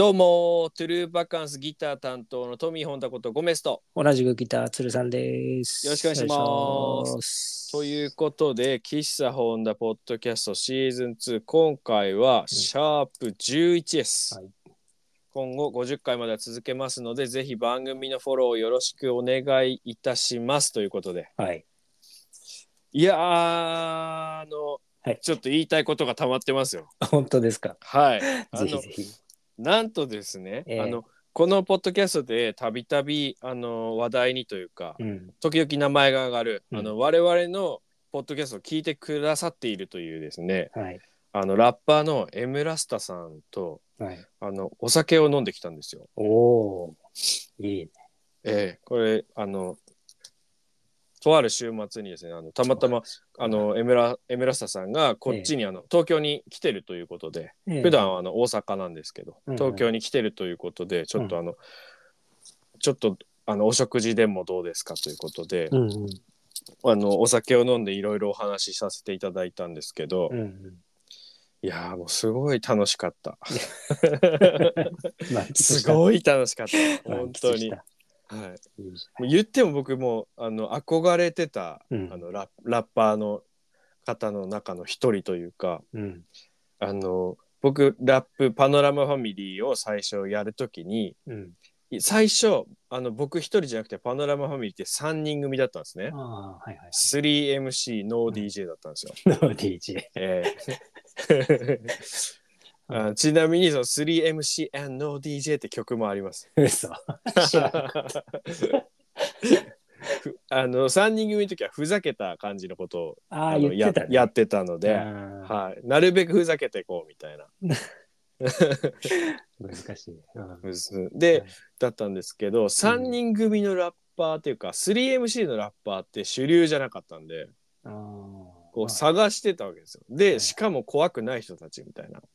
どうもトゥルーバカンスギター担当のトミー・ホンダことゴメスと同じくギター鶴さんです。 よろしくお願いします。ということで喫茶ホンダポッドキャストシーズン2、今回はシャープ11です、 はい、 今後50回までは続けますので、ぜひ番組のフォローよろしくお願いいたしますということで、 はい、 いやはい、 ちょっと言いたいことが溜まってますよ。 本当ですか。 はい、 ぜひぜひ。 なんとですね、 えこのポッドキャストでたびたび話題にというか、 うん時々名前が上がる、 うん、 我々のポッドキャストを聞いてくださっているというですね、 はい、 ラッパーのエムラスタさんとはい。 お酒を飲んできたんですよ。 おお、いいね。 これとある週末にですね、たまたまエムラスタさんがこっちに東京に来てるということで、普段は大阪なんですけど、東京に来てるということで、ちょっとちょっとお食事でもどうですかということで、お酒を飲んでいろいろお話しさせていただいたんですけど、いやもうすごい楽しかったすごい楽しかった本当に。はい、言っても僕も憧れてた、ラッパーの方の中の一人というか、僕ラップパノラマファミリーを最初やるときに、最初僕一人じゃなくてパノラマファミリーって3人組だったんですね。3MC ノー DJ だったんですよ。 ノー DJ。 ちなみにその 3MC and No DJ って曲もあります。 嘘。知らんかった 3人組の時はふざけた感じのことをやってたので、はい、なるべくふざけていこうみたいな難しい、 で、だったんですけど、3人組のラッパーっていうか 3MC のラッパーって主流じゃなかったんで、こう探してたわけですよ。で、しかも怖くない人たちみたいな、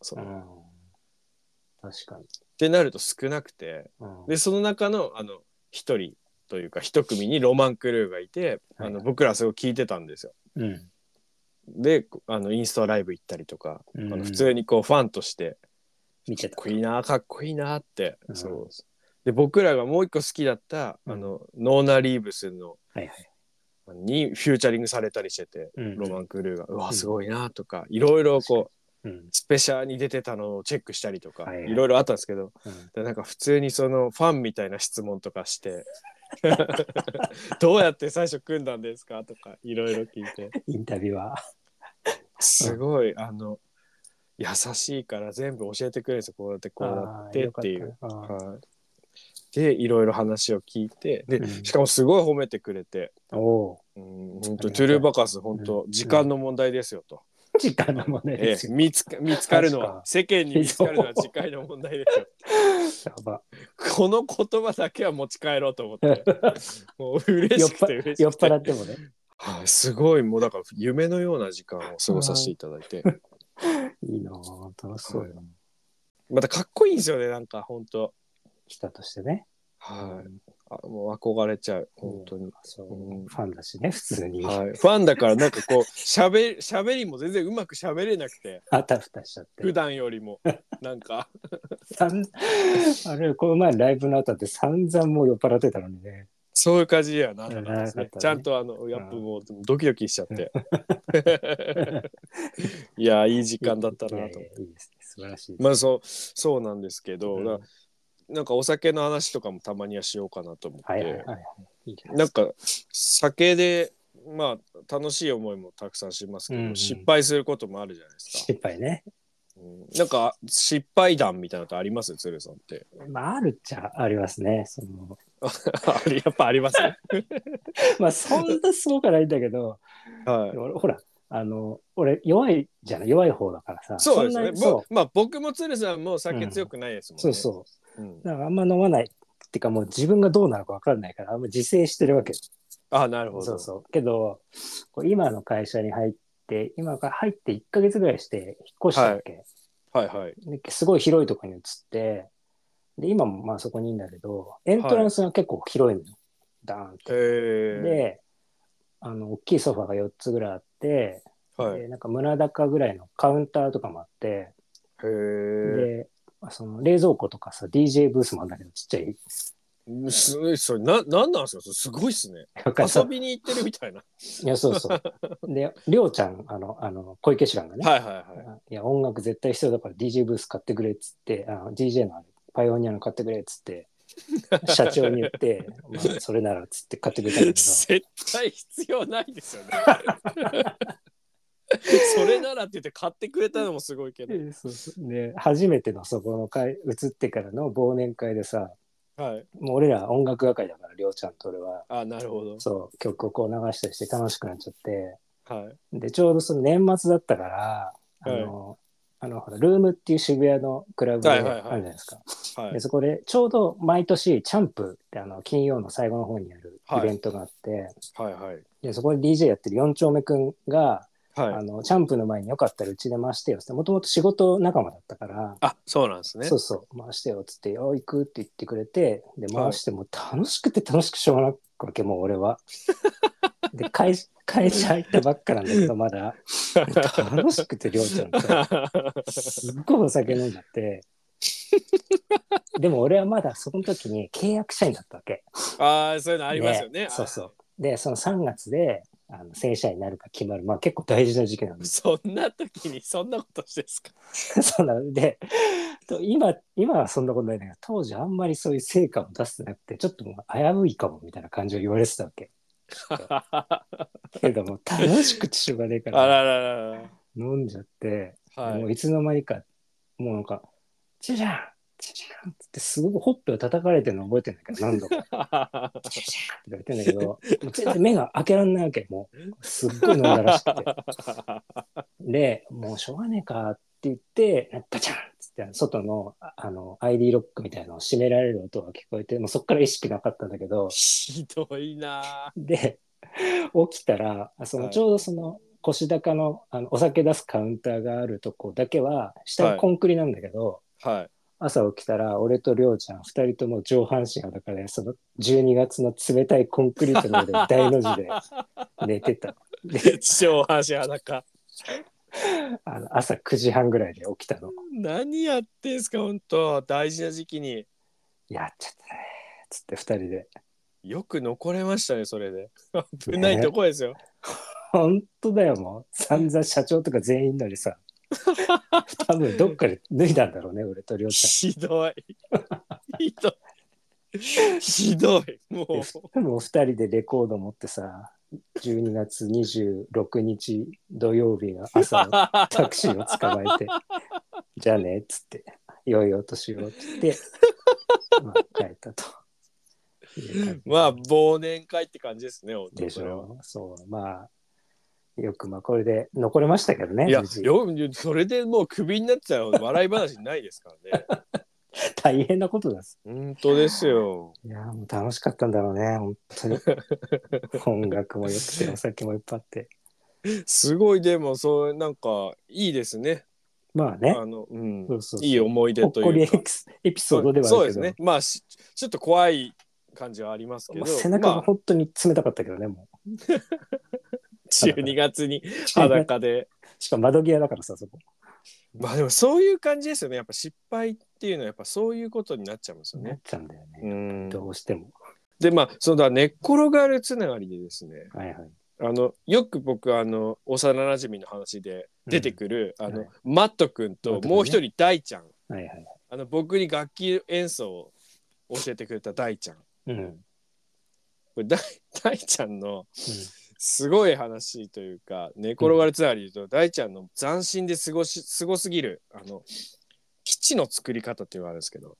確かにってなると少なくて、でその中の一人というか一組にロマンクルーがいて、僕らすごい聞いてたんですよ。でインスタライブ行ったりとか、普通にこうファンとして見てた。 かっこいいなって、そうで僕らがもう一個好きだったノーナ・リーブスの、にフューチャリングされたりしてて、ロマンクルーがうわすごいなとか、いろいろこうスペシャルに出てたのをチェックしたりとか、いろいろあったんですけど、なんか普通にそのファンみたいな質問とかしてどうやって最初組んだんですかとかいろいろ聞いて、 インタビューはすごい優しいから全部教えてくれるんですよ。こうやってこうやってっていう。でいろいろ話を聞いて、でしかもすごい褒めてくれて、本当トゥルーバカス本当時間の問題ですよと。 時間の問題ですよ。 見つかるのは世間に見つかるのは時間の問題ですよ。この言葉だけは持ち帰ろうと思ってもう嬉しくて嬉しくて酔っ払ってもね、 すごいもうだから夢のような時間を過ごさせていただいていいな楽しそうよ、 またかっこいいんですよね、なんか本当人としてね。 もう憧れちゃう本当に、 ファンだしね普通に、 ファンだからなんかこう喋りも全然うまく喋れなくて、 あたふたしちゃって普段よりもなんかあれこの前ライブの後って散々もう酔っ払ってたのにね。 そういう感じやなかったですね。ちゃんとやっぱもうドキドキしちゃっていやいい時間だったなと思って。 いいですね、素晴らしいです。 まあそうなんですけど、なんかお酒の話とかもたまにはしようかなと思って、なんか酒でまあ楽しい思いもたくさんしますけど、失敗することもあるじゃないですか。 失敗ね。 なんか失敗談みたいなのってあります鶴さんって。 まああるっちゃありますね。 やっぱありますねまあそんなすごくないんだけど、ほら俺弱いじゃない、弱い方だからさ。 そうですね。まあ僕も鶴さんも酒強くないですもんね。 だからあんま飲まないっていうか、もう自分がどうなのか分かんないからあんま自制してるわけ。 なるほど。 けど今の会社に入って1ヶ月ぐらいして引っ越したわけ。すごい広いところに移って、で今もまあそこにいるんだけど、エントランスが結構広いのよ。ダーンって。で大きいソファーが4つぐらいあって、でなんか胸高ぐらいのカウンターとかもあって、でその冷蔵庫とかさ DJ ブースもあるんだけどちっちゃい。 すごい、それなんなんですか、すごいっすね。遊びに行ってるみたいな。 いや、そうそう。で、りょうちゃん、小池知らんがね、 はいはいはい。 いや、音楽絶対必要だから DJ ブース買ってくれっつって、DJ のパイオニアの買ってくれっつって、社長に言って、まあ、それならっつって買ってくれたんだけど。 絶対必要ないですよね。それならって言って買ってくれたのもすごいけど。 そうそうで、初めてのそこの移ってからの忘年会でさ、 はい、 もう俺ら音楽係だから、りょうちゃんと俺は。 あ、なるほど。 そう、曲をこう流したりして楽しくなっちゃって。 はい、 で、ちょうどその年末だったから、 はい、 ほらルームっていう渋谷のクラブであるじゃないですか。 はい、 でそこでちょうど毎年チャンプって金曜の最後の方にやるイベントがあって、 はい、はい、 でそこで DJ やってる4丁目くんが、 はい。 チャンプの前によかったらうちで回してよって、もともと仕事仲間だったから、 あ、そうなんですね。 そうそう回してよっつって「よ行く」って言ってくれて、で回しても楽しくて楽しくしょうがないわけ、もう俺は。で会社入ったばっかなんだけどまだ楽しくてりょうちゃんとすっごいお酒飲んじゃって。でも俺はまだその時に契約社員だったわけ。 ああ、そういうのありますよね。 そうそう。でその3月で正社員になるか決まる、まあ結構大事な時期なんです。 そんな時にそんなことしてですか。 そうなので今はそんなことないんだけど、当時あんまりそういう成果を出してなくてちょっともう危ういかもみたいな感じを言われてたわけ。けども楽しくてしょうがねえかあららららら。 飲んじゃって、 はい、 もういつの間にかもうなんか「ちじゃんちじゃん」ってすごくほっぺを叩かれてるの覚えてるんだけど、何度か「ちじゃん」って言ってんだけど、もう全然目が開けられないわけ。もうすっごい飲んだらしくて。でもうしょうがねえかって言ってバチャンって外のID ロックみたいなのを閉められる音が聞こえて、もうそっから意識なかったんだけど、 ひどいな。 で起きたらちょうどその腰高の、お酒出すカウンターがあるとこだけは下がコンクリなんだけど、 はい、 朝起きたら俺とりょうちゃん2人とも上半身裸でその12月の冷たいコンクリートの上で大の字で寝てた。で上半身裸。 朝9時半ぐらいで起きたの。 何やってんすか、本当大事な時期に。 やっちゃったねつって2人で。 よく残れましたね、それで。危ないとこですよ。 本当だよ、もう散々社長とか全員のにさ多分どっかで脱いだんだろうね、俺とりょうちひどい。ひどい。ひどい。もゃん。もう2人でレコード持ってさ、12月26日土曜日の朝のタクシーを捕まえてじゃあねっつって良いお年をって言って、まあ、帰ったと。 まあ忘年会って感じですね。 でしょ。そうまあよくまあこれで残れましたけどね。 いやそれでもうクビになってたら笑い話ないですからね。 大変なことです。 本当ですよ。 いやもう楽しかったんだろうね、本当に。音楽も良くてお酒もいっぱいあって。 すごい、でもそうなんかいいですね。 まあね。 いい思い出というか。 ほっこりエピソードではあるけど。 そうですね。まあちょっと怖い感じはありますけど、 背中が本当に冷たかったけどね、もう。 12月に裸で。 しかも窓際だからさ、そこ。 まあでもそういう感じですよね。やっぱ失敗っていうのはやっぱそういうことになっちゃうんですよね。 なっちゃうんだよね。どうしても。 でまあそうだ、寝っ転がるつながりでですね。 はいはい。 よく僕幼馴染の話で出てくる、マット君ともう一人大ちゃん、 はいはい、 僕に楽器演奏を教えてくれた大ちゃん、これ大ちゃんのすごい話というか、寝転がるつながりで言うと、大ちゃんの斬新ですごすぎる基地の作り方っていうのがあるんですけど、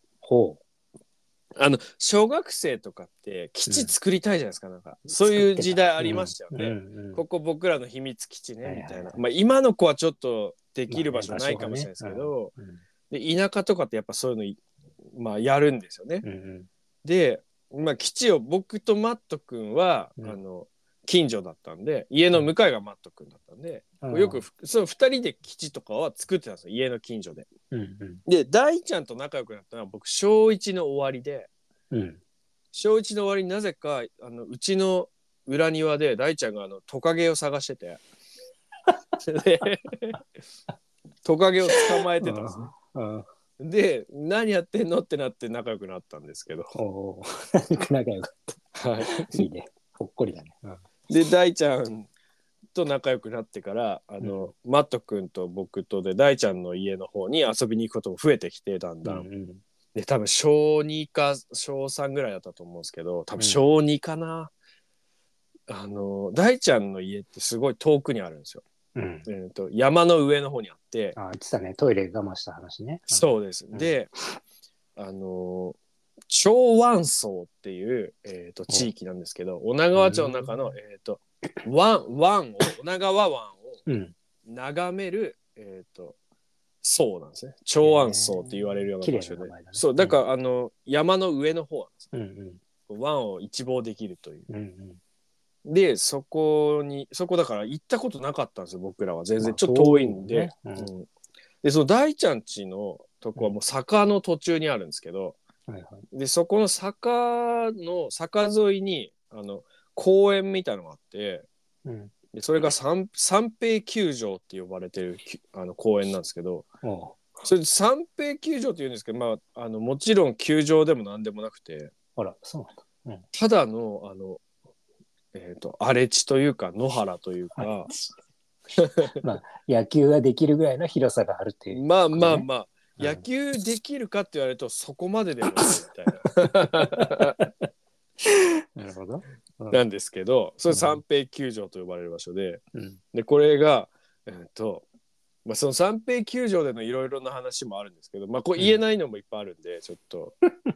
小学生とかって基地作りたいじゃないですか、なんかそういう時代ありましたよね。ここ僕らの秘密基地ねみたいな、まあ今の子はちょっとできる場所ないかもしれないですけど、で田舎とかってやっぱそういうのまあやるんですよね。で、まあ基地を僕とマット君は近所だったんで、家の向かいがマット君だったんで、よくその2人で基地とかは作ってたんですよ、家の近所で。で大ちゃんと仲良くなったのは僕小1の終わりで、小1の終わりになぜかうちの裏庭で大ちゃんがトカゲを探しててトカゲを捕まえてたんですね。 で何やってんのってなって仲良くなったんですけど。 お仲良かった。はい。いいね。ほっこりだね。 で大ちゃんと仲良くなってからマット君と僕とで大ちゃんの家の方に遊びに行くことも増えてきてだんだん。で多分小2か小3ぐらいだったと思うんですけど、多分小2かな。大ちゃんの家ってすごい遠くにあるんですよ。山の上の方にあって。 言ってたね、トイレ我慢した話ね。 そうです。で長湾荘っていう、地域なんですけど、女川町の中の、湾を女川湾を眺める、荘なんですね。長湾荘って言われるような場所で、そうだから山の上の方なんです。湾を一望できるという。でそこだから行ったことなかったんですよ、僕らは。全然ちょっと遠いんで。でその大ちゃん家のとこはもう坂の途中にあるんですけど、でそこの坂沿いに公園みたいなのがあって、でそれが三平球場って呼ばれてる公園なんですけど、それで三平球場って言うんですけど、もちろん球場でも何でもなくて、 そうなんだ。 ただの荒れ地というか野原というか野球ができるぐらいの広さがあるっていう、 ね。野球できるかって言われるとそこまででもないみたいな。なるほど。なんですけど、それ三平球場と呼ばれる場所で、でこれがその三平球場でのいろいろな話もあるんですけど、これ言えないのもいっぱいあるんで、ちょっと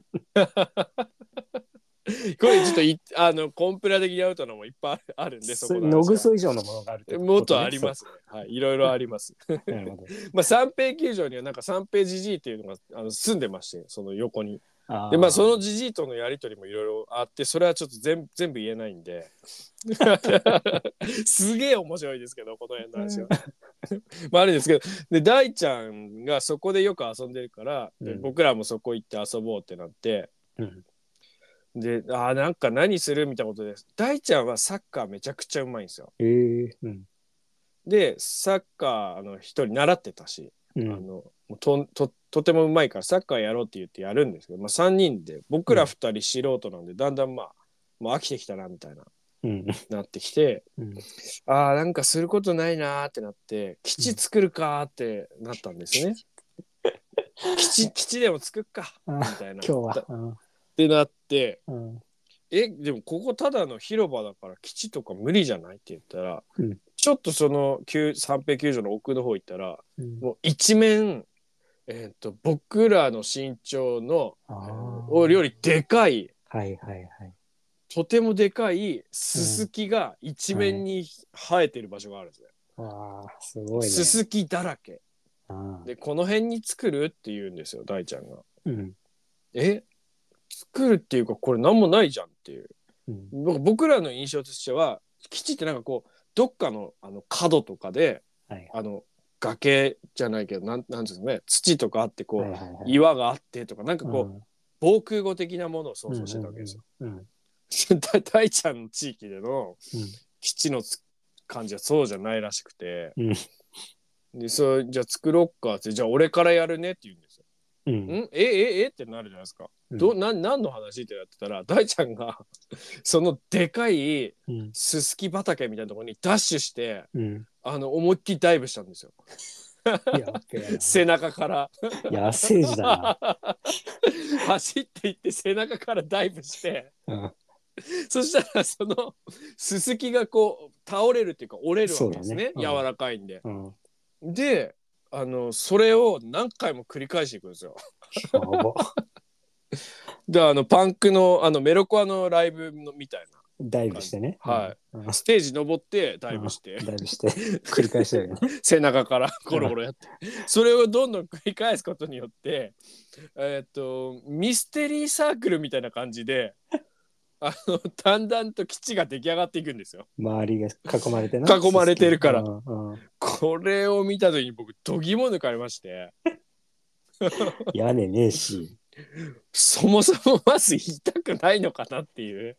これちょっとコンプラ的にアウトのもいっぱいあるんで、そこの野ぐそ以上のものがあるってことね。 もっとありますね。はい、いろいろあります。三平球場にはなんか三平じじいっていうのが住んでまして、その横に。でそのじじいとのやり取りもいろいろあって、それはちょっと全部言えないんで。すげえ面白いですけど、この辺の話は。あれですけど、で大ちゃんがそこでよく遊んでるから、で僕らもそこ行って遊ぼうってなって。でなんか何するみたいなことで、大ちゃんはサッカーめちゃくちゃうまいんですよ。でサッカー一人習ってたし、とてもうまいからサッカーやろうって言ってやるんですけど、3人で僕ら2人素人なんで、だんだんもう飽きてきたなみたいな、なってきて、なんかすることないなってなって、基地作るかってなったんですね。基地でも作っかみたいな。今日はってなって、でもここただの広場だから基地とか無理じゃないって言ったら、ちょっとその三平球場の奥の方行ったら、もう一面、僕らの身長のよりでかい、とてもでかいススキが一面に生えてる場所があるんですね。すごいね。ススキだらけで、この辺に作るって言うんですよ、大ちゃんが。作るっていうかこれ何もないじゃんっていう、僕らの印象としては、基地ってなんかこうどっかの角とかで、崖じゃないけどなんですかね、土とかあってこう、岩があってとか、なんかこう、防空壕的なものを想像してたわけですよ。大ちゃんの地域での基地の感じはそうじゃないらしくて、でじゃあ作ろっかって、じゃあ俺からやるねって言うんですよ。ってなるじゃないですか。何の話ってやってたら、大ちゃんがそのでかいススキ畑みたいなところにダッシュして、思いっきりダイブしたんですよ。背中から野生児だな。 走っていって背中からダイブして、そしたらそのススキがこう倒れるっていうか折れるわけですね。柔らかいんで。でそれを何回も繰り返していくんですよ。でパンクのメロコアのライブのみたいなダイブしてね、 ステージ登ってダイブして、 繰り返してるよね。 背中からゴロゴロやって、それをどんどん繰り返すことによって、ミステリーサークルみたいな感じでだんだんと基地が出来上がっていくんですよ。 周りが囲まれて囲まれてるから、これを見た時に僕度肝抜かれまして。 屋根ねえし、 そもそもまず痛くないのかなっていう。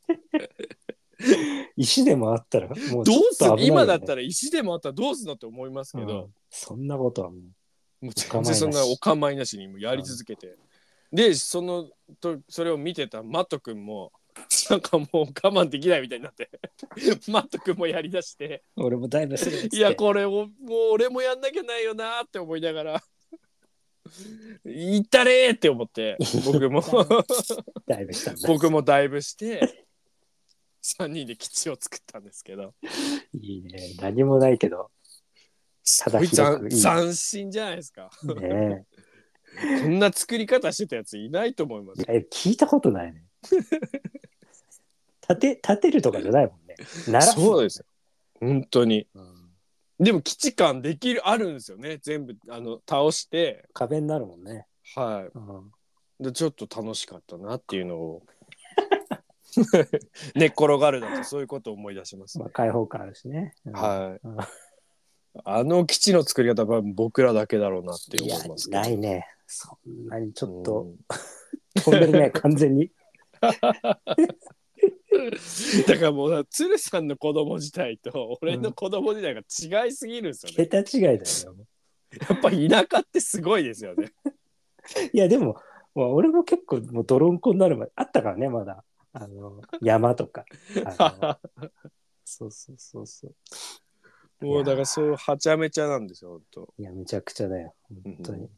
石でもあったらもうどうする、今だったら石でもあったらどうするのって思いますけど、 そんなことはもうもう全然そんなお構いなしにもやり続けて、でそれを見てたマット君もなんかもう我慢できないみたいになってマット君もやりだして、 俺もダイブするっつって、 いやこれをもう俺もやんなきゃないよなって思いながら行ったれーって思って僕もダイブしたんだ。 僕もダイブして3人で基地を作ったんですけど、 いいね。何もないけどただ広くいい斬新じゃないですかね。こんな作り方してたやついないと思います。 聞いたことないね。立てるとかじゃないもんね。 そうですよ本当に、でも基地感あるんですよね。全部倒して壁になるもんね。 はい、でちょっと楽しかったなっていうのを寝っ転がるだとそういうことを思い出します、ね。 開放感あるしね。 はい。基地の作り方は僕らだけだろうなって思いますけど。 ないね。そんなにちょっと、飛んでるね完全に。 だからもう鶴さんの子供時代と俺の子供時代が違いすぎるんですよね。 桁違いだよ。 やっぱ田舎ってすごいですよね。 いやでも、俺も結構もう泥んこになるまであったからね、まだ山とか。そうそうそうそう。 もうだからそうはちゃめちゃなんですよ本当。 いやめちゃくちゃだよ本当に。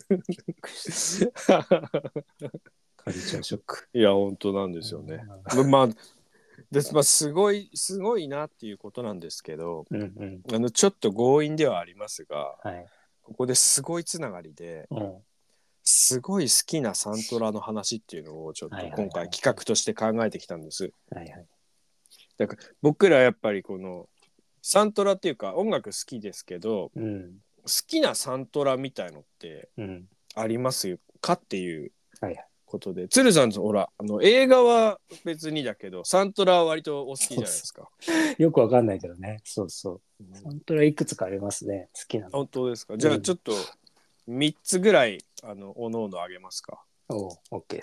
カルチャーショック。 いや本当なんですよね。すごいなっていうことなんですけど、ちょっと強引ではありますが、ここですごいつながりで、すごい好きなサントラの話っていうのをちょっと今回企画として考えてきたんです。だから僕らやっぱりこのサントラっていうか音楽好きですけど、好きなサントラみたいのってありますかっていうことで、鶴さんほら映画は別にだけどサントラは割とお好きじゃないですか。 よくわかんないけどね。そうそう、サントラいくつかありますね好きなの。 本当ですか。じゃあちょっと3つぐらいおのおのあげますか。 OK です。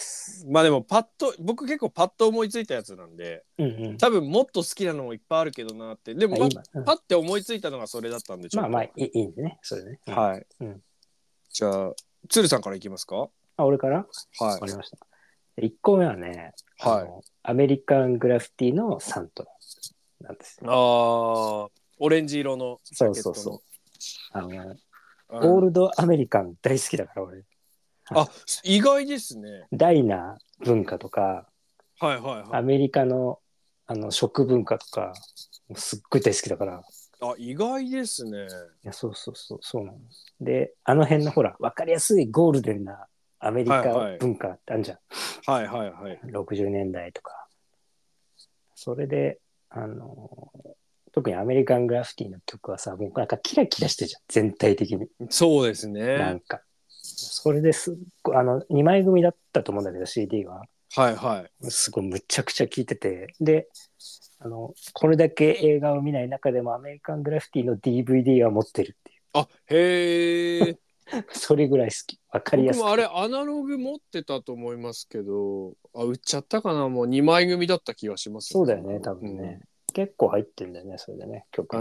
まあでも僕結構パッと思いついたやつなんで、多分もっと好きなのもいっぱいあるけどなって。でもパッて思いついたのがそれだったんでちょっとまあいいんでねそれね。 はい、じゃあ鶴さんからいきますか。 俺から。わかりました。1個目はね、アメリカングラフィティのサントラなんですよ。 オレンジ色のジャケットの。 そうオールドアメリカン大好きだから俺。 意外ですね。 ダイナー文化とか、アメリカの食文化とかすっごい大好きだから。 意外ですね。 いやそうなんです。で辺のほら分かりやすいゴールデンなアメリカ文化ってあるじゃん。60年代とか。それで特にアメリカングラフィティの曲はさ、もうなんかキラキラしてるじゃん全体的に。 そうですね。 なんかそれですっごい2枚組だったと思うんだけど CD は。すごいむちゃくちゃ聴いてて、でこれだけ映画を見ない中でもアメリカングラフィティの DVD は持ってるっていう。 へえ。 それぐらい好き。わかりやすく。 僕もあれアナログ持ってたと思いますけど、売っちゃったかな。もう2枚組だった気がします、 そうだよね多分ね。結構入ってんだよねそれでね曲。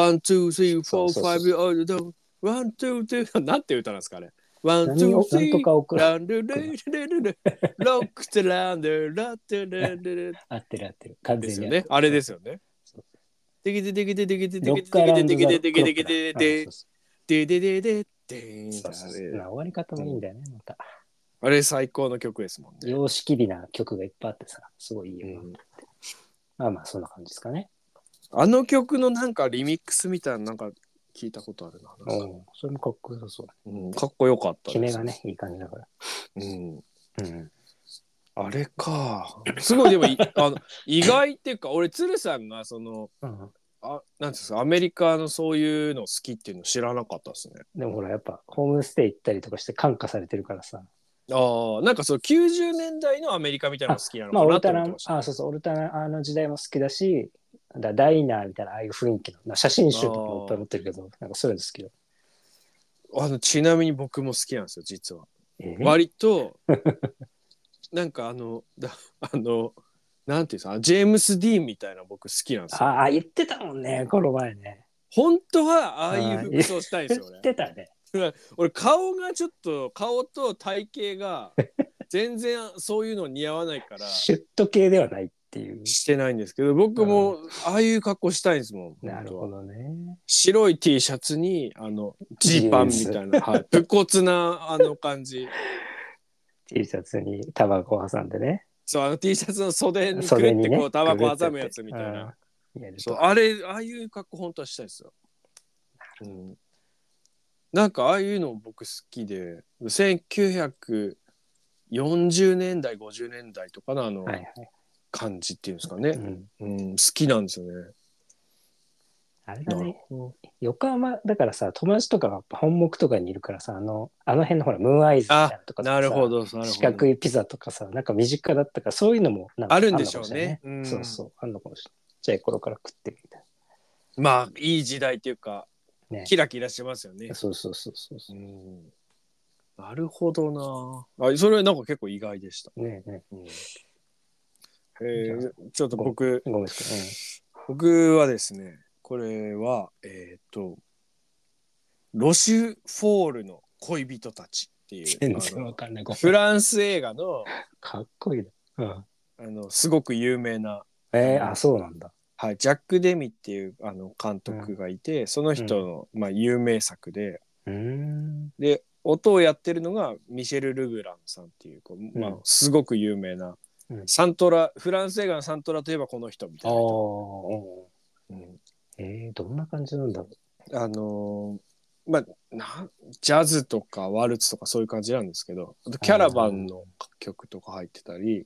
1、2、3、4、5、オールド、1、2、2、なんて歌なんですかあれ。1、2、3、ランルルルルルロックスランドラッテルルル。 合ってる完全にね。あれですよね。できてできてできてできてできてできてできてできてででででで終わり方もいいんだよねまた。 あれ最高の曲ですもんね。 様式美な曲がいっぱいあってさすごいいいよな。まあそんな感じですかね。 曲のなんかリミックスみたいななんか聞いたことあるな。 それもかっこよさそう。 かっこよかったです。 決めがねいい感じだから。 あれか。すごいでも意外っていうか俺鶴さんがそのなんですかアメリカのそういうの好きっていうの知らなかったですね。 でもほらやっぱホームステイ行ったりとかして感化されてるからさ。 なんかそう90年代のアメリカみたいなの好きなのかなって思ってました。 そうオルタナ時代も好きだし、ダイナーみたいなああいう雰囲気の写真集とかもいっぱい持ってるけど、なんかそういうの好きだ。 ちなみに僕も好きなんですよ実は。割となんかなんていうんですかジェームス・ディーンみたいな僕好きなんですよ。 言ってたもんねこの前ね。 本当はああいう服装したいんですよね。 言ってたね。 俺顔と体型が全然そういうの似合わないからシュッと系ではないっていう。 してないんですけど、僕もああいう格好したいんですもん。 なるほどね。 白い T シャツにジーパンみたいな、はい、武骨な感じ。 T シャツにタバコを挟んでね。 そう、T シャツの袖にくるってこうタバコ挟むやつみたいな。そう、ああいう格好本当はしたいですよ。なんかああいうの僕好きで、1940年代50年代とかの感じっていうんですかね、好きなんですよね。 あれだね、横浜だからさ、友達とかが本木とかにいるからさ、あの辺のほらムーンアイズみたいなとかさ、 なるほど四角いピザとかさ、なんか身近だったから、そういうのもなんかあるんでしょうね。 そうそう、あんのかもしれない。ちっちゃい頃から食ってるみたいな。まあいい時代っていうか、キラキラしてますよね。 そうそうそうそう。 なるほどな。それはなんか結構意外でした。 ね。 ちょっと僕はですね、これはロシュフォールの恋人たちっていう全然わかんないフランス映画のかっこいいすごく有名なそうなんだ。 はい、ジャック・デミっていう監督がいて、その人の、有名作で、で音をやってるのがミシェル・ルグランさんっていう、すごく有名な、サントラ、フランス映画のサントラといえばこの人みたいな人。 どんな感じなんだろう。ジャズとかワルツとかそういう感じなんですけど、キャラバンの曲とか入ってたり、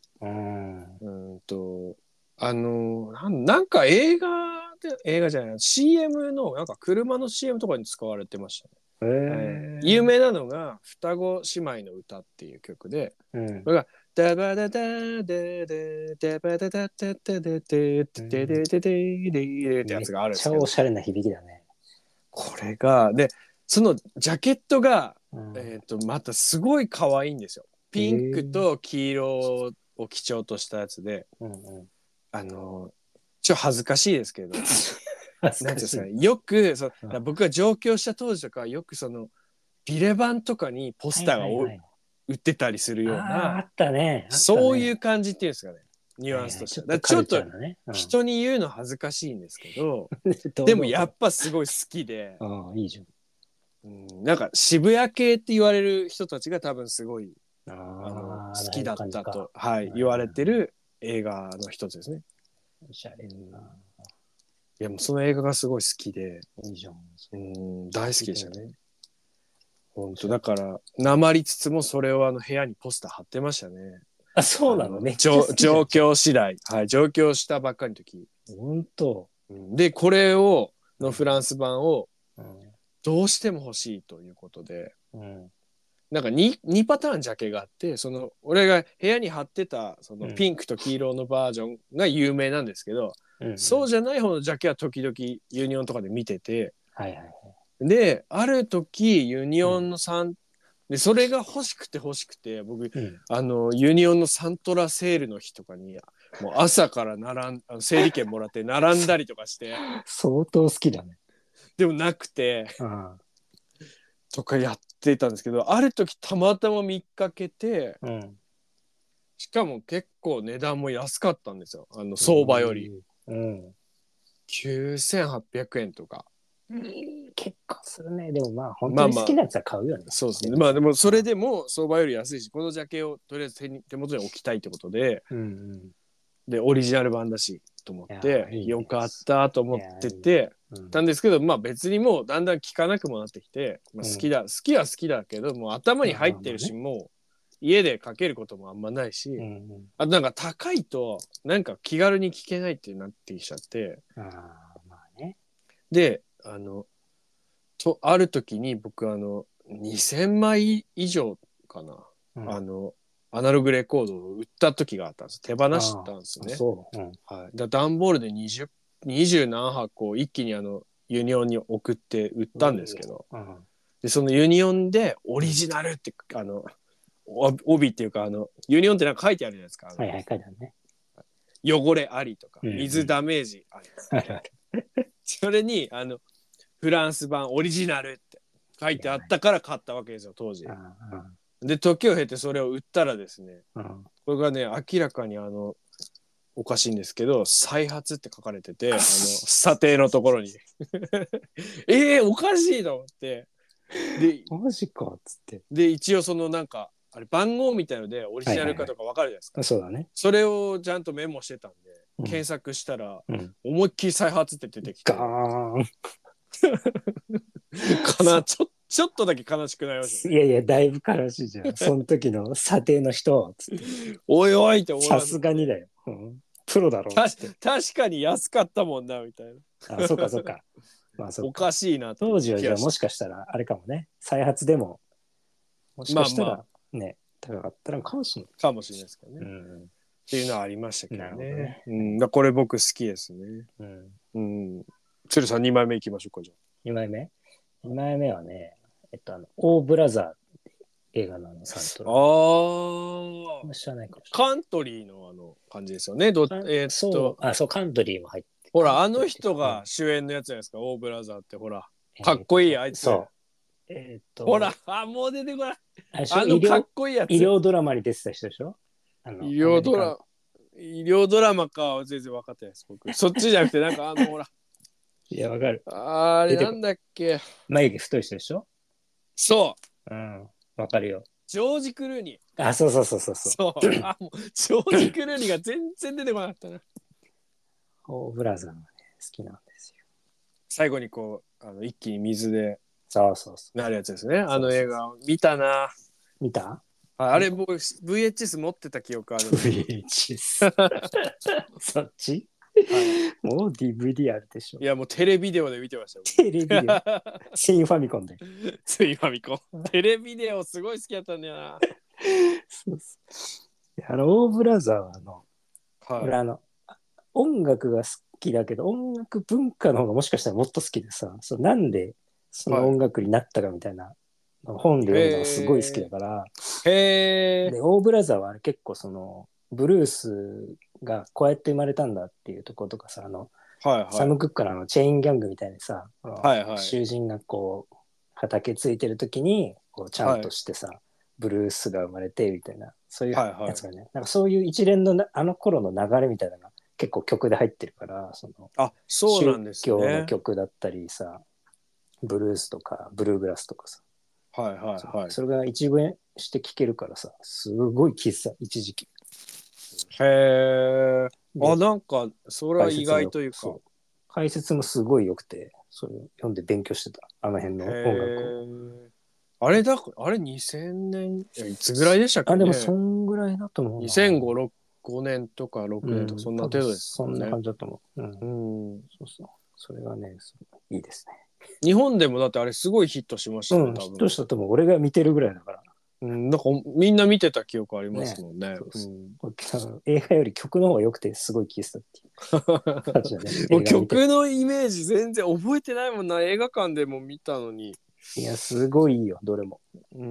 なんか映画じゃない、CM のなんか車の CM とかに使われてましたね。有名なのが双子姉妹の歌っていう曲で、これがダバダダダダダバダダダダダダダダダダダってやつがあるんですけど、 めっちゃおしゃれな響きだね。 これがで、そのジャケットがまたすごい可愛いんですよ。ピンクと黄色を基調としたやつで、ちょっと恥ずかしいですけどなんていうんですかね、よく僕が上京した当時とかよくビレバンとかにポスターが売ってたりするような、 あったね、 そういう感じっていうんですかね、ニュアンスとしては。ちょっと人に言うの恥ずかしいんですけどでもやっぱすごい好きで、 いいじゃん。 なんか渋谷系って言われる人たちが多分すごい好きだったと、言われてる映画の一つですね。 おしゃれだな。 いやもうその映画がすごい好きで、 いいじゃん。 大好きでしたね。本当だからなまりつつもそれを部屋にポスター貼ってましたね。 あ、そうなのね。 状況次第、上京したばっかりの時。 本当。 でこれのフランス版をどうしても欲しいということで、なんか 2パターンジャケがあって、俺が部屋に貼ってたピンクと黄色のバージョンが有名なんですけど、そうじゃない方のジャケは時々ユニオンとかで見てて、である時ユニオンのでそれが欲しくて僕、ユニオンのサントラセールの日とかにもう朝から整理券もらって並んだりとかして相当好きだね。 でもなくてとかやってたんですけど、ある時たまたま見かけて、しかも結構値段も安かったんですよ、相場より。9800円とか。 結構するね。でも本当に好きなやつは買うよね。 そうですね。でもそれでも相場より安いし、このジャケをとりあえず手元に置きたいってことで、でオリジナル版だしと思ってよかったと思っててたんですけど、別にもうだんだん聞かなくもなってきて、好きは好きだけどもう頭に入ってるし、もう家でかけることもあんまないし、あとなんか高いとなんか気軽に聞けないってなってきちゃって、である時に僕2000枚以上かな、アナログレコードを売った時があったんです。手放したんですね。段ボールで20何箱一気にユニオンに送って売ったんですけど、でそのユニオンでオリジナルって帯っていうかユニオンってなんか書いてあるじゃないですか。 書いてあるね。 汚れありとか水ダメージあり、それにフランス版オリジナルって書いてあったから買ったわけですよ当時。で時を経てそれを売ったらですね、これがね明らかにおかしいんですけど再発って書かれてて査定のところにおかしいと思ってでマジかっつってで一応そのなんかあれ番号みたいのでオリジナルかとか分かるじゃないですか、 そうだね。 それをちゃんとメモしてたんで、検索したら、思いっきり再発って出てきてガーンちょっとだけ悲しくなりました、 ね、いやいやだいぶ悲しいじゃんその時の査定の人つっておいおいって思います、さすがにだよ、プロだろっつって確かに安かったもんなみたいな。あ、そうかそうか。まあそうか。 おかしいなって当時はじゃあもしかしたらあれかもね、再発でももしかしたらね、高かったのかもしれない。 かもしれないですけどね。っていうのはありましたけどね。だこれ僕好きですね。鶴さん2枚目いきましょうかじゃあ。 2枚目 ?2 枚目はね、オーブラザーって映画のサントラ。知らないかもしれない。 カントリーの感じですよね。 そう、カントリーも入って。 ほら、あの人が主演のやつじゃないですか、オーブラザーって、ほら。かっこいい、あいつ。 そう。 ほら、もう出てこない。かっこいいやつ。 医療ドラマに出てた人でしょ？ 医療ドラマかは全然分かってないです、僕。そっちじゃなくて、なんかほら。 いや、わかる。 あれ、なんだっけ。 眉毛太い人でしょ？ そう。 わかるよ。 ジョージ・クルーニー。 あ、そう。 もうジョージ・クルーニーが全然出てこなかったな。 オーブラザーがね、好きなんですよ。 最後にこう、一気に水でなるやつですね。映画を見たな。 見た？ あれ僕 VHS 持ってた記憶ある。 VHS そっち、もう DVD あるでしょ。 いやもうテレビデオで見てましたよ。 テレビデオセインファミコンで。 セインファミコン。テレビデオすごい好きだったんだよな。 オーブラザーは俺音楽が好きだけど音楽文化の方がもしかしたらもっと好きでさ、なんでその音楽になったかみたいな、本で読むのがすごい好きだから。でオーブラザーは結構ブルースがこうやって生まれたんだっていうところとかさ、サム・クックのチェインギャングみたいにさ、囚人がこう畑ついてる時にこうちゃんとしてさ、ブルースが生まれてみたいな、そういうやつがね、なんかそういう一連の頃の流れみたいなのが結構曲で入ってるから、 そうなんですね。宗教の曲だったりさ、ブルースとかブルーグラスとかさ、それが一部して聴けるからさ、すごい聴いてた一時期。 へえ。なんかそれは意外というか解説もすごい良くて、それを読んで勉強してた、あの辺の音楽を。 あれ2000年いつぐらいでしたっけね。 でもそんぐらいだと思うな。 2005、5年とか6年とかそんな程度ですかね。そんな感じだと思う。それがね、いいですね。 日本でもだってあれすごいヒットしましたね、 ヒットしたと思う。俺が見てるぐらいだから。 なんかみんな見てた記憶ありますもんね。 映画より曲の方が良くてすごい聴いてたっていう。 曲のイメージ全然覚えてないもんな。映画館でも見たのに。 いや、すごいいいよ、どれも。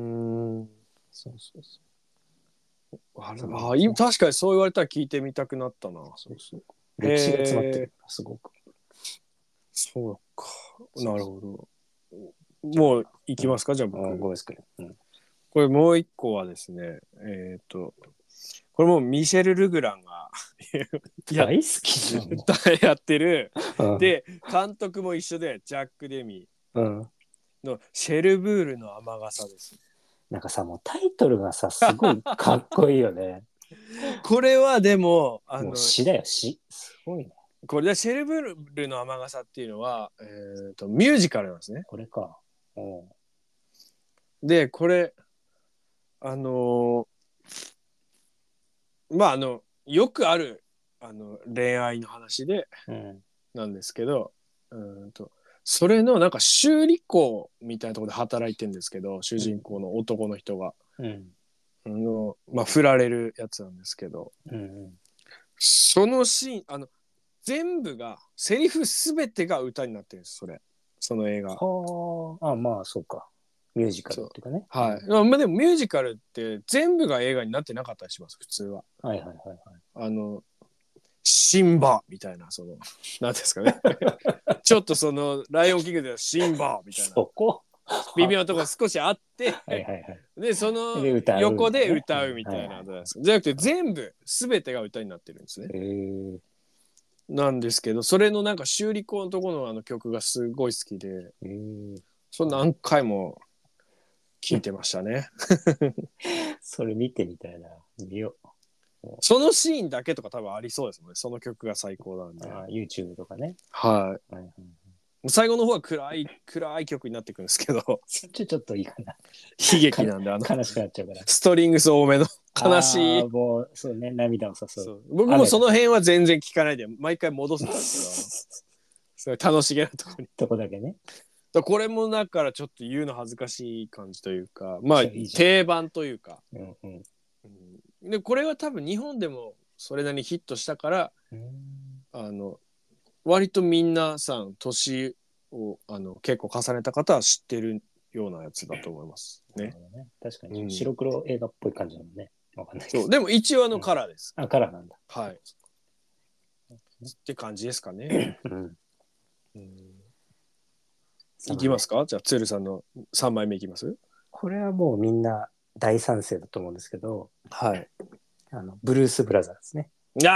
確かにそう言われたら聞いてみたくなったな。 歴史が詰まってる、すごく。 そうか。なるほど。もう行きますか、じゃあ僕。 ごめんなさい。 これもう一個はですね、これもミシェル・ルグランが大好きじゃん。 やってる。で、監督も一緒で、ジャック・デミのシェルブールの雨傘ですね。 なんかさ、もうタイトルがさ、すごいかっこいいよね。 これはでも、 もう詩だよ、詩。すごいね。 これでシェルブールの雨傘っていうのは、ミュージカルなんですね。 これか。 で、これ、よくある恋愛の話で、なんですけど、それのなんか修理工みたいなところで働いてるんですけど、主人公の男の人が、振られるやつなんですけど、そのシーン全部がセリフすべてが歌になってるんです。その映画。 まあそうか。ミュージカルっていうかね。 はい。でもミュージカルって全部が映画になってなかったりします、普通は。シンバみたいな、なんですかね。ちょっとライオンキングではシンバみたいな。 そこ微妙なところ少しあってはいはいはい。 でその横で歌うみたいな、じゃなくて全てが歌になってるんですね。なんですけど、それのなんか修理工のところのあの曲がすごい好きで、それ何回も聴いてましたね。 それ見てみたいな。見よう。 そのシーンだけとか多分ありそうですもんね。その曲が最高なんで。 YouTube とかね。 はい。最後の方は暗い曲になってくるんですけど。 ちょっといいかな。 悲劇なんで、 悲しくなっちゃうから。 ストリングス多めの悲しい。 もう、そうね、涙を誘う。 僕もその辺は全然聞かないで、毎回戻すんですけど、それ楽しげなとこに。 とこだけね。 これもだからちょっと言うの恥ずかしい感じというか、まあ定番というか。でこれは多分日本でもそれなりにヒットしたから、割と皆さん年を結構重ねた方は知ってるようなやつだと思いますね。 確かに白黒映画っぽい感じなのね。わかんないそうでも一応カラーです。 カラーなんだ。 はい。って感じですかね。いきますか。じゃあ鶴さんの3枚目いきます。 これはもうみんな大賛成だと思うんですけど、 はい。 ブルース・ブラザーですね。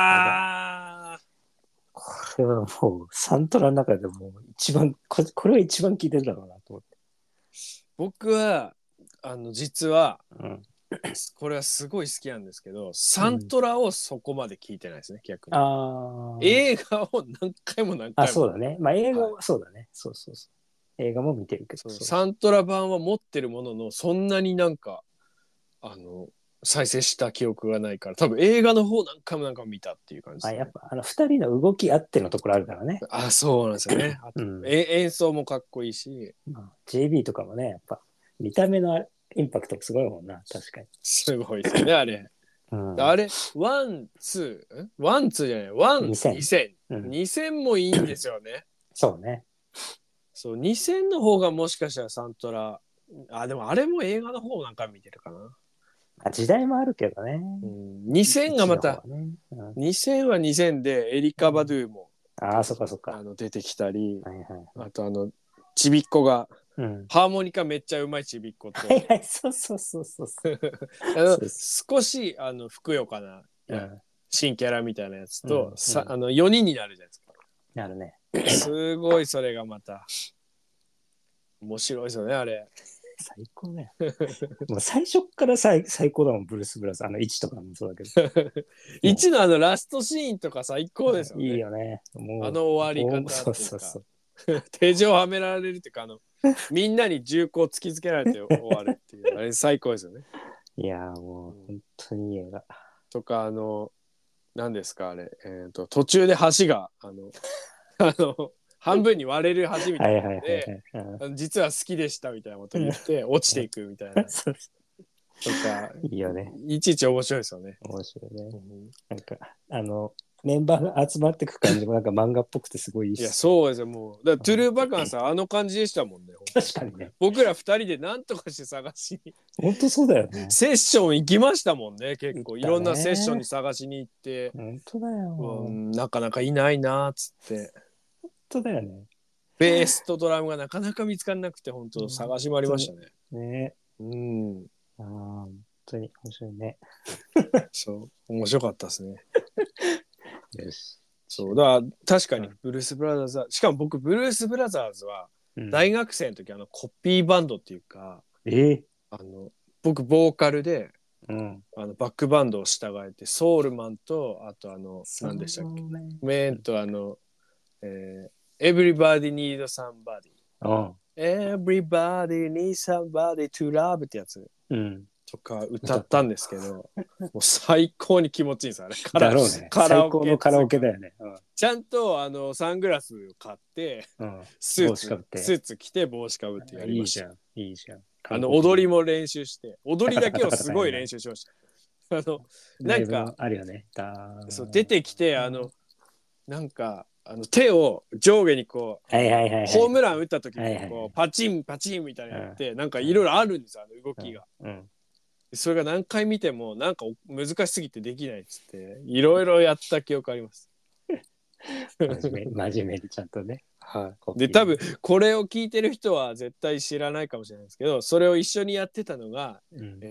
これはもうサントラの中でも一番これは一番聴いてるだろうなと思って。 僕は実は、これはすごい好きなんですけど、サントラをそこまで聴いてないですね、逆に。映画を何回も何回も。 そうだね。まあ映画はそうだね。そう。映画も見てるけど。 サントラ版は持ってるものの、そんなになんか再生した記憶がないから、多分映画の方何回も見たっていう感じです、ね。 やっぱ2人の動きあってのところあるからね。 そうなんですよね。演奏もかっこいいし、 JB とかもね、やっぱ見た目のインパクトすごいもんな、確かに。 すごいですよね、あれ。あれ、ワン、ツーじゃない、ワン、2000。2000もいいんですよね。 そうね。 そう、2000の方がもしかしたらサントラ、でもあれも映画の方なんか見てるかな。 時代もあるけどね。 2000がまた、2000は2000でエリカ・バドゥもそっか出てきたり、あとちびっこが、ハーモニカめっちゃうまいちびっこと、少しふくよかな新キャラみたいなやつと、4人になるじゃないですか。 なるね。 すごいそれがまた面白いですよね、あれ。 最高だよ。もう最初から最高だもん、ブルース・ブラザー。1とかもそうだけど。 1のラストシーンとか最高ですよね。 いいよね。もう終わり方っていうか、手錠はめられるっていうか、みんなに銃口突きつけられて終わるっていう、あれ最高ですよね。 いやもう本当にいい映画。 とか何ですかあれ、途中で橋が半分に割れる橋みたいなので、実は好きでしたみたいなこと言って落ちていくみたいなとか、 いいよね。 いちいち面白いですよね。 面白いね。なんかメンバーが集まってく感じもなんか漫画っぽくてすごいいいし。 いやそうですよ。もうだトゥルーバカンさん感じでしたもんね。 確かにね。 僕ら2人で何とかして探しに。 本当そうだよね。 セッション行きましたもんね。結構いろんなセッションに探しに行って。 本当だよ。 なかなかいないなっつって。 本当だよね。 ベースとドラムがなかなか見つからなくて本当探し回りましたね。 ね。本当に面白いね。 そう面白かったですね。よし。そうだから確かにブルース・ブラザーズ、しかも僕ブルース・ブラザーズは大学生の時コピーバンドっていうか、僕ボーカルでバックバンドを従えてソウルマンとあと何でしたっけ、メンとEverybody Need Somebody、Everybody Need Somebody to Love ってやつとか歌ったんですけど、もう最高に気持ちいいんですあれ。 だろうね。最高のカラオケだよね。 ちゃんとサングラスを買ってスーツ着て帽子かぶってやりました。 いいじゃん。 踊りも練習して踊りだけをすごい練習しました。なんかあるよね。 そう出てきてなんか手を上下にこうホームラン打った時にこうパチンパチンみたいなやってなんかいろいろあるんですよ動きが。それが何回見てもなんか難しすぎてできないっつっていろいろやった記憶あります。 真面目にちゃんとね。 はい、で多分これを聞いてる人は絶対知らないかもしれないですけど、それを一緒にやってたのが、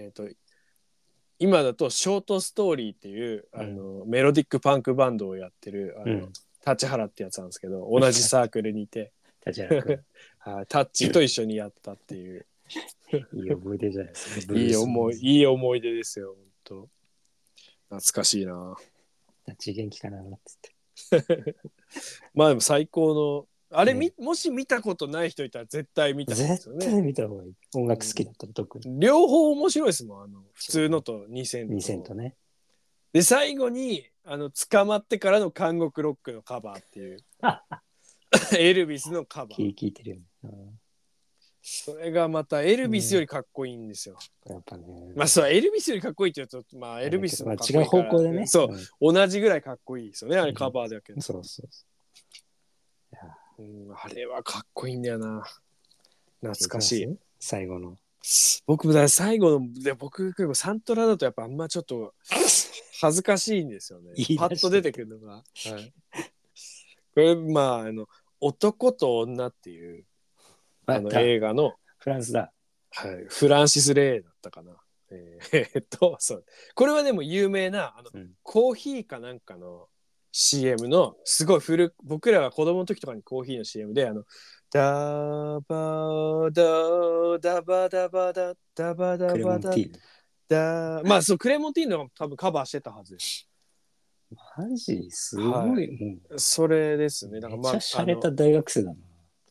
今だとショートストーリーっていうメロディックパンクバンドをやってる立原ってやつなんですけど、同じサークルにいて立原君タッチと一緒にやったっていういい思い出じゃないですか。 いい思い出ですよ。本当懐かしいな。 タッチ元気かなっつってまあでも最高のあれ、もし見たことない人いたら絶対見た方がいいですよね。 絶対見た方がいい。音楽好きだったら特に。 両方面白いですもん。普通のと2000 とね。 で最後に捕まってからの監獄ロックのカバーっていうエルビスのカバー聞いてるよね。 それがまたエルビスよりかっこいいんですよ。 やっぱね。 まあそうエルビスよりかっこいいって言うとまあエルビスもかっこいいから、 違う方向でね。 そう、同じぐらいかっこいいですよね。あれカバーだけど。 そうそうそう。 あれはかっこいいんだよな。懐かしい。 最後の。 僕最後ので僕結構サントラだとやっぱあんまちょっと恥ずかしいんですよね。パッと出てくるのが。はい、これまあ男と女っていう映画のフランスだ。 はい、フランシス・レイだったかな。そうこれはでも有名なコーヒーかなんかの CM のすごい僕らが子供の時とかにコーヒーの CM でダバダダバダバダダバダバダダまあそうクレモンティーヌが多分カバーしてたはずです。 マジすごい、 それですね。 めっちゃ洒落た大学生だな。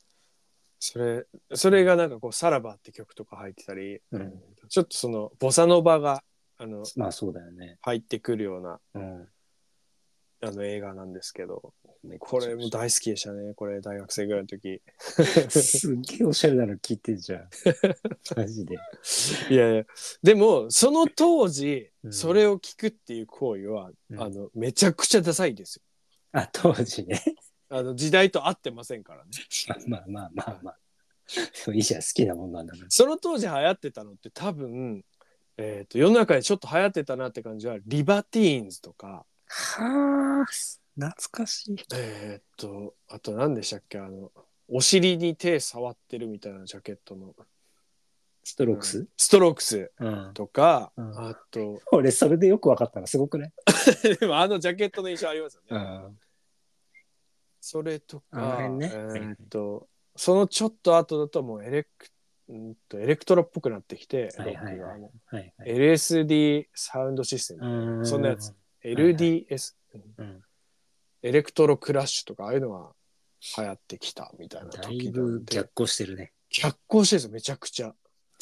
それがなんかこうさらばって曲とか入ってたり、ちょっとそのボサノバがまあそうだよね。 入ってくるような、映画なんですけど、これも大好きでしたね。これ大学生ぐらいの時。 すっげえおしゃれなの聞いてんじゃん。マジで。 いやいやでもその当時、それを聞くっていう行為は、めちゃくちゃダサいですよ。 あ当時ね。 時代と合ってませんからね。 まあいいじゃん好きなもんなんだから。 その当時流行ってたのって多分、世の中でちょっと流行ってたなって感じはリバティーンズとか。 はあ懐かしい。 あと何でしたっけお尻に手触ってるみたいなジャケットのストロークス、 ストロークスとか、あと俺それでよく分かったのすごくね。 でもジャケットの印象ありますよね。それとか、そのちょっと後だともうエレクトロっぽくなってきて、ロックがLSD サウンドシステム、そんなやつ LDS、エレクトロクラッシュとかああいうのが流行ってきたみたいな時だいぶ逆行してるね。 逆行してるんですよめちゃくちゃ。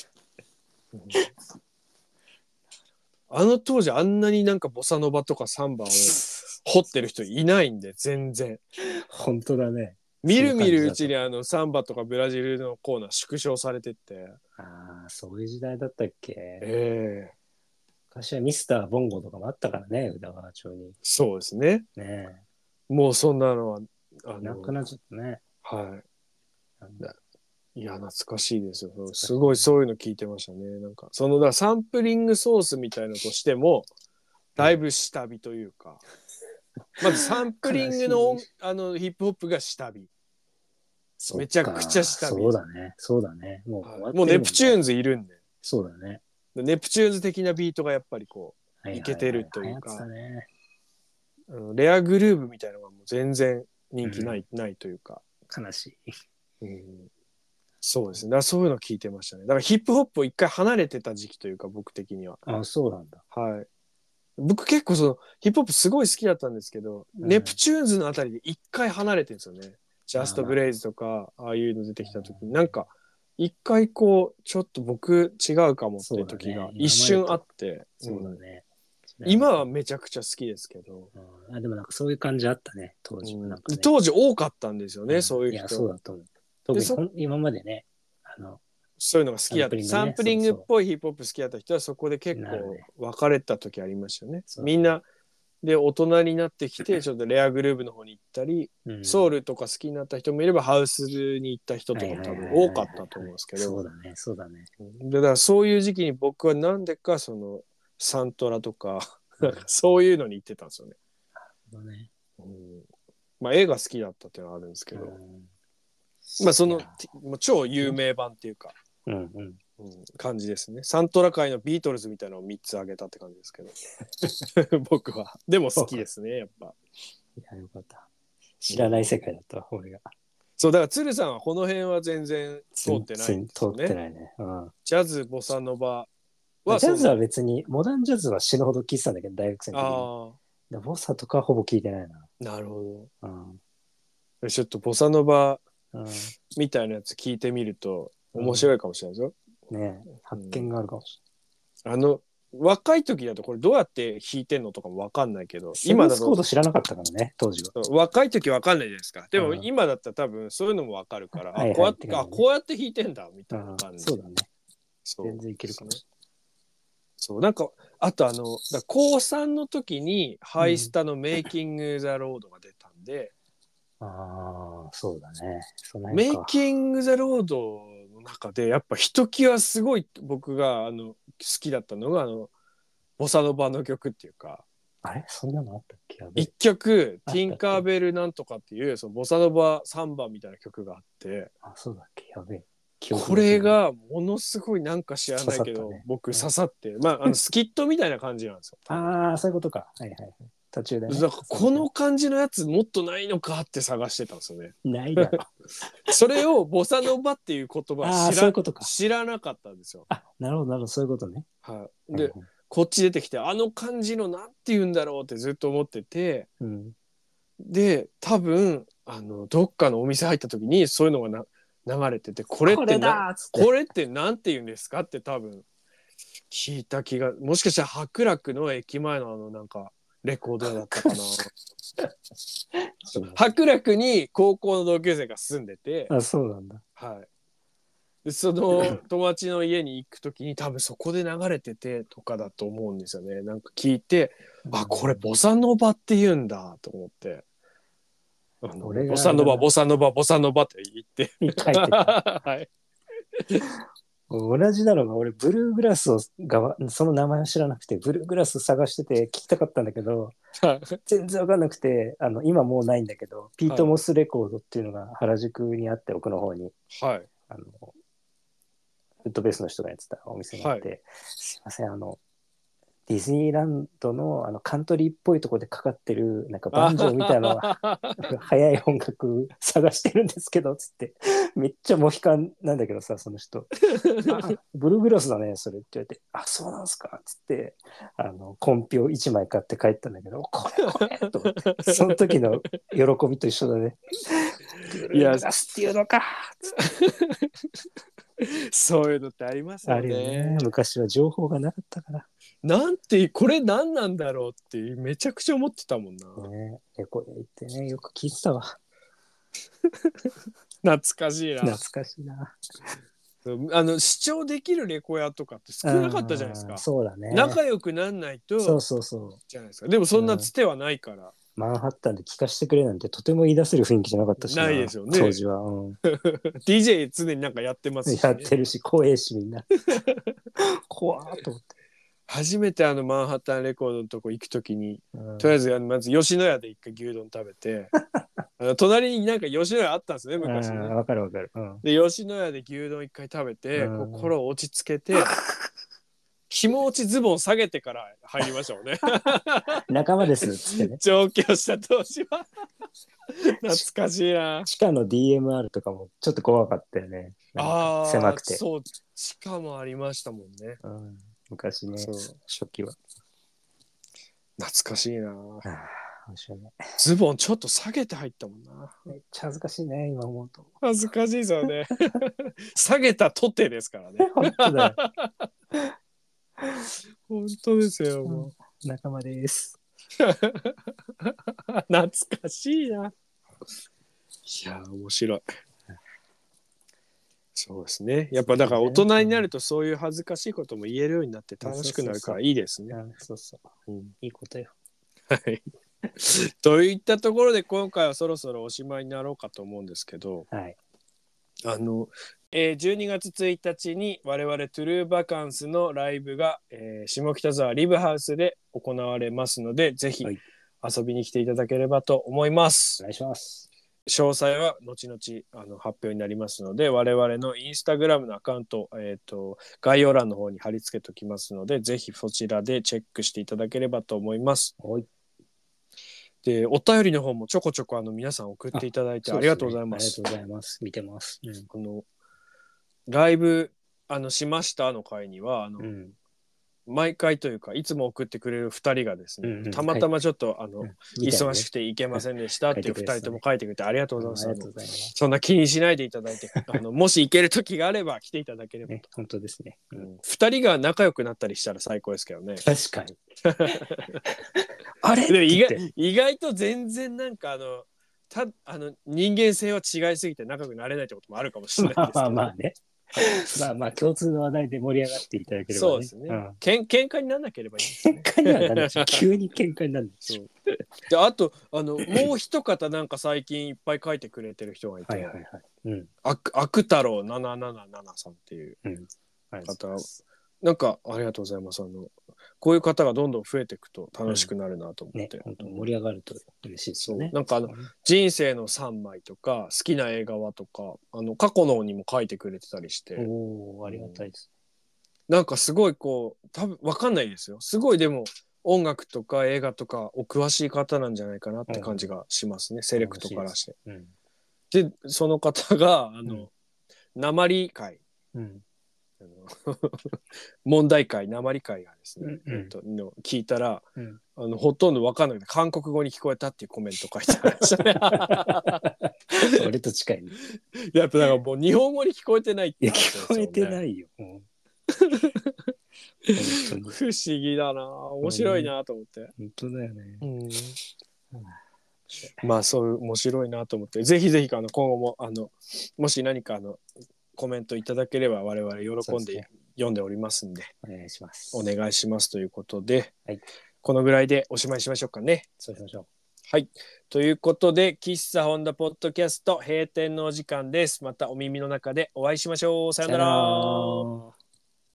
当時あんなになんかボサノバとかサンバを掘ってる人いないんで全然。 本当だね。 みるみるうちにサンバとかブラジルのコーナー縮小されてって。 そういう時代だったっけ。昔はミスターボンゴとかもあったからね宇田川町に。 そうですね。もうそんなのはなくなっちゃったね。 いや懐かしいですよ。すごいそういうの聞いてましたね。なんかだからサンプリングソースみたいなとしてもだいぶ下火というか、まずサンプリングのヒップホップが下火。めちゃくちゃ下火。 そうだね。もうネプチューンズいるんで。 そうだね。 ネプチューンズ的なビートがやっぱりこういけてるというか、レアグルーヴみたいなのがもう全然人気ないというか。 悲しい。 そうですね。だからそういうの聞いてましたね。だからヒップホップを一回離れてた時期というか僕的には。 そうなんだ。 はい。僕結構ヒップホップすごい好きだったんですけど、ネプチューンズのあたりで一回離れてるんですよね。ジャストブレイズとかああいうの出てきた時になんか一回こうちょっと僕違うかもっていう時が一瞬あって、 そうだね。 今はめちゃくちゃ好きですけど、 でもなんかそういう感じあったね当時。 当時多かったんですよね、そういう人。 いやそうだと思う。特に今までねそういうのが好きだった。サンプリングっぽいヒップホップ好きだった人はそこで結構分かれた時ありましたよね。みんなで大人になってきてちょっとレアグルーヴの方に行ったり、ソウルとか好きになった人もいればハウスに行った人とかも多分多かったと思うんですけど、 そうだね。 だからそういう時期に僕はなんでかサントラとかそういうのに行ってたんですよね。まあ映画好きだったっていうのはあるんですけど、 まあそのもう超有名版っていうか、 うんうん感じですね。サントラ界のビートルズみたいなのを3つ挙げたって感じですけど僕はでも好きですねやっぱ。 いやよかった。知らない世界だったわ、俺が。 そうだから鶴さんはこの辺は全然通ってないんですよね。 通ってないね。うん、 ジャズボサノバはジャズは別にモダンジャズは死ぬほど聴いてたんだけど大学生の時に。ボサとかほぼ聴いてないな。 なるほど。 うん、ちょっとボサノバみたいなやつ聞いてみると面白いかもしれないですよ。 ねえ、発見があるかもしれない。若い時だとこれどうやって弾いてんのとかも分かんないけど、 今だとコード知らなかったからね当時は。 若い時分かんないじゃないですか。でも今だったら多分そういうのも分かるから、こうやって弾いてんだみたいな感じ。 そうだね。全然いけるかもしれない。 そうなんかあと高3の時にハイスタのメイキング・ザ・ロードが出たんで、 ああそうだね。 メイキング・ザ・ロードの中でやっぱひときわすごい僕が好きだったのがボサノバの曲っていうか、 あれそんなのあったっけ。 一曲ティンカーベルなんとかっていうそのボサノバサンバみたいな曲があって、 あそうだっけ。やべえ。 これがものすごいなんか知らないけど、僕刺さって、まあスキットみたいな感じなんですよ。 ああそういうことか。はいはいはい。途中でね。 だからこの感じのやつもっとないのかって探してたんですよね。 ないだろ。 それをボサノバっていう言葉知らなかったんですよ。 あなるほどなるほど、そういうことね。 はい。で、こっち出てきてあの感じのなんて言うんだろうってずっと思ってて、で多分どっかのお店入った時にそういうのが流れてて、これってなんて言うんですかって多分聞いた気が、もしかしたら白楽の駅前のなんかレコード屋だったかな白楽に高校の同級生が住んでて、 あそうなんだ。 はい。でその友達の家に行く時に多分そこで流れててとかだと思うんですよね。なんか聞いて、あこれボサノバって言うんだと思って、ボサノバボサノバボサノバって言って書いてた。はい。 同じなのが俺ブルーグラスがその名前を知らなくてブルーグラス探してて聞きたかったんだけど全然分かんなくて、今もうないんだけどピートモスレコードっていうのが原宿にあって奥の方に、 はい、 ウッドベースの人がやってたお店があって、すいませんディズニーランドのカントリーっぽいところでかかってるなんかバンジョーみたいな速い音楽探してるんですけどつってめっちゃモヒカンなんだけどさその人ブルーグラスだねそれって言われて、あそうなんすかっつってコンピを1枚買って帰ったんだけど、これと思ってその時の喜びと一緒だね。ブルーグラスっていうのかそういうのってありますよね。あるよね。 昔は情報がなかったから。 なんてこれ何なんだろうってめちゃくちゃ思ってたもんな。 ねえ、これ言ってねよく聞いてたわ。 懐かしいな。 懐かしいな。 視聴できるレコヤとかって少なかったじゃないですか。 そうだね。 仲良くなんないと。 そうじゃないですか。でもそんなつてはないから。 マンハッタンで聞かせてくれなんてとても言い出せる雰囲気じゃなかったしないですよね当時は、 DJ 常になんかやってますし、 ね、やってるし怖えしみんな怖ーと思って。 初めてマンハッタンレコードのとこ行くときに、とりあえずまず吉野家で一回牛丼食べて隣になんか吉野家あったんですね昔ね。 わかるわかる、 で吉野家で牛丼一回食べて、心を落ち着けて気持ちズボン下げてから入りましたもんね仲間ですっつってね上京した当時は懐かしいな。 地下の DMR とかもちょっと怖かったよね。狭くて。 そう地下もありましたもんね、 昔ね初期は。 懐かしいな。 面白いね。 ズボンちょっと下げて入ったもんな。 めっちゃ恥ずかしいね今思うと。 恥ずかしいですよね下げたとてですからね本当だよ本当ですよ、もう仲間です懐かしいな。いや面白い。そうですね。やっぱだから大人になるとそういう恥ずかしいことも言えるようになって楽しくなるからいいですね。 そうそう、いいことよ。 はいといったところで今回はそろそろおしまいになろうかと思うんですけど、 はい、 12月1日に我々トゥルーバカンスのライブが、下北沢リブハウスで行われますので、ぜひ遊びに来ていただければと思います。 お願いします。 詳細は後々発表になりますので、我々のインスタグラムのアカウント、概要欄の方に貼り付けておきますので、ぜひそちらでチェックしていただければと思います。 はい。 で、お便りの方もちょこちょこ皆さん送っていただいてありがとうございます。 ありがとうございます。見てます。 ライブしましたの回には毎回というかいつも送ってくれる2人がですね、たまたまちょっと忙しくていけませんでしたっていう2人とも書いてくれてありがとうございます。そんな気にしないでいただいてもし行ける時があれば来ていただければと。 本当ですね。 2人が仲良くなったりしたら最高ですけどね。 確かに。あれで意外と全然なんか人間性は違いすぎて仲良くなれないってこともあるかもしれないですけど。 まあね。まあ共通の話題で盛り上がっていただければね。 そうですね。喧嘩にならなければいいですね。 喧嘩にはならない。急に喧嘩になるんですよ。 であともう一方なんか最近いっぱい書いてくれてる人がいて、悪太郎777さんっていう方、なんかありがとうございます。こういう方がどんどん増えていくと楽しくなるなと思って、 本当盛り上がると嬉しいですよね。 なんか人生の3枚とか好きな映画はとか過去のにも書いてくれてたりして、 ありがたいです。 なんかすごい多分わかんないですよ。すごいでも音楽とか映画とかお詳しい方なんじゃないかなって感じがしますね、セレクトからして。でその方が鉛会、問題会鉛会がですね、聞いたら、ほとんど分かんなくて韓国語に聞こえたっていうコメント書いてありましたね。 俺と近いね。 やっぱなんかもう日本語に聞こえてないって聞こえてないよ。 不思議だな、面白いなと思って。 本当だよね。 まあそういう面白いなと思って、ぜひぜひ今後ももし何かコメントいただければ我々喜んで読んでおりますんで、 お願いします。 お願いしますということで、このぐらいでおしまいしましょうかね。 そうしましょう。 はい。ということで、喫茶ホンダポッドキャスト閉店のお時間です。またお耳の中でお会いしましょう。さよなら。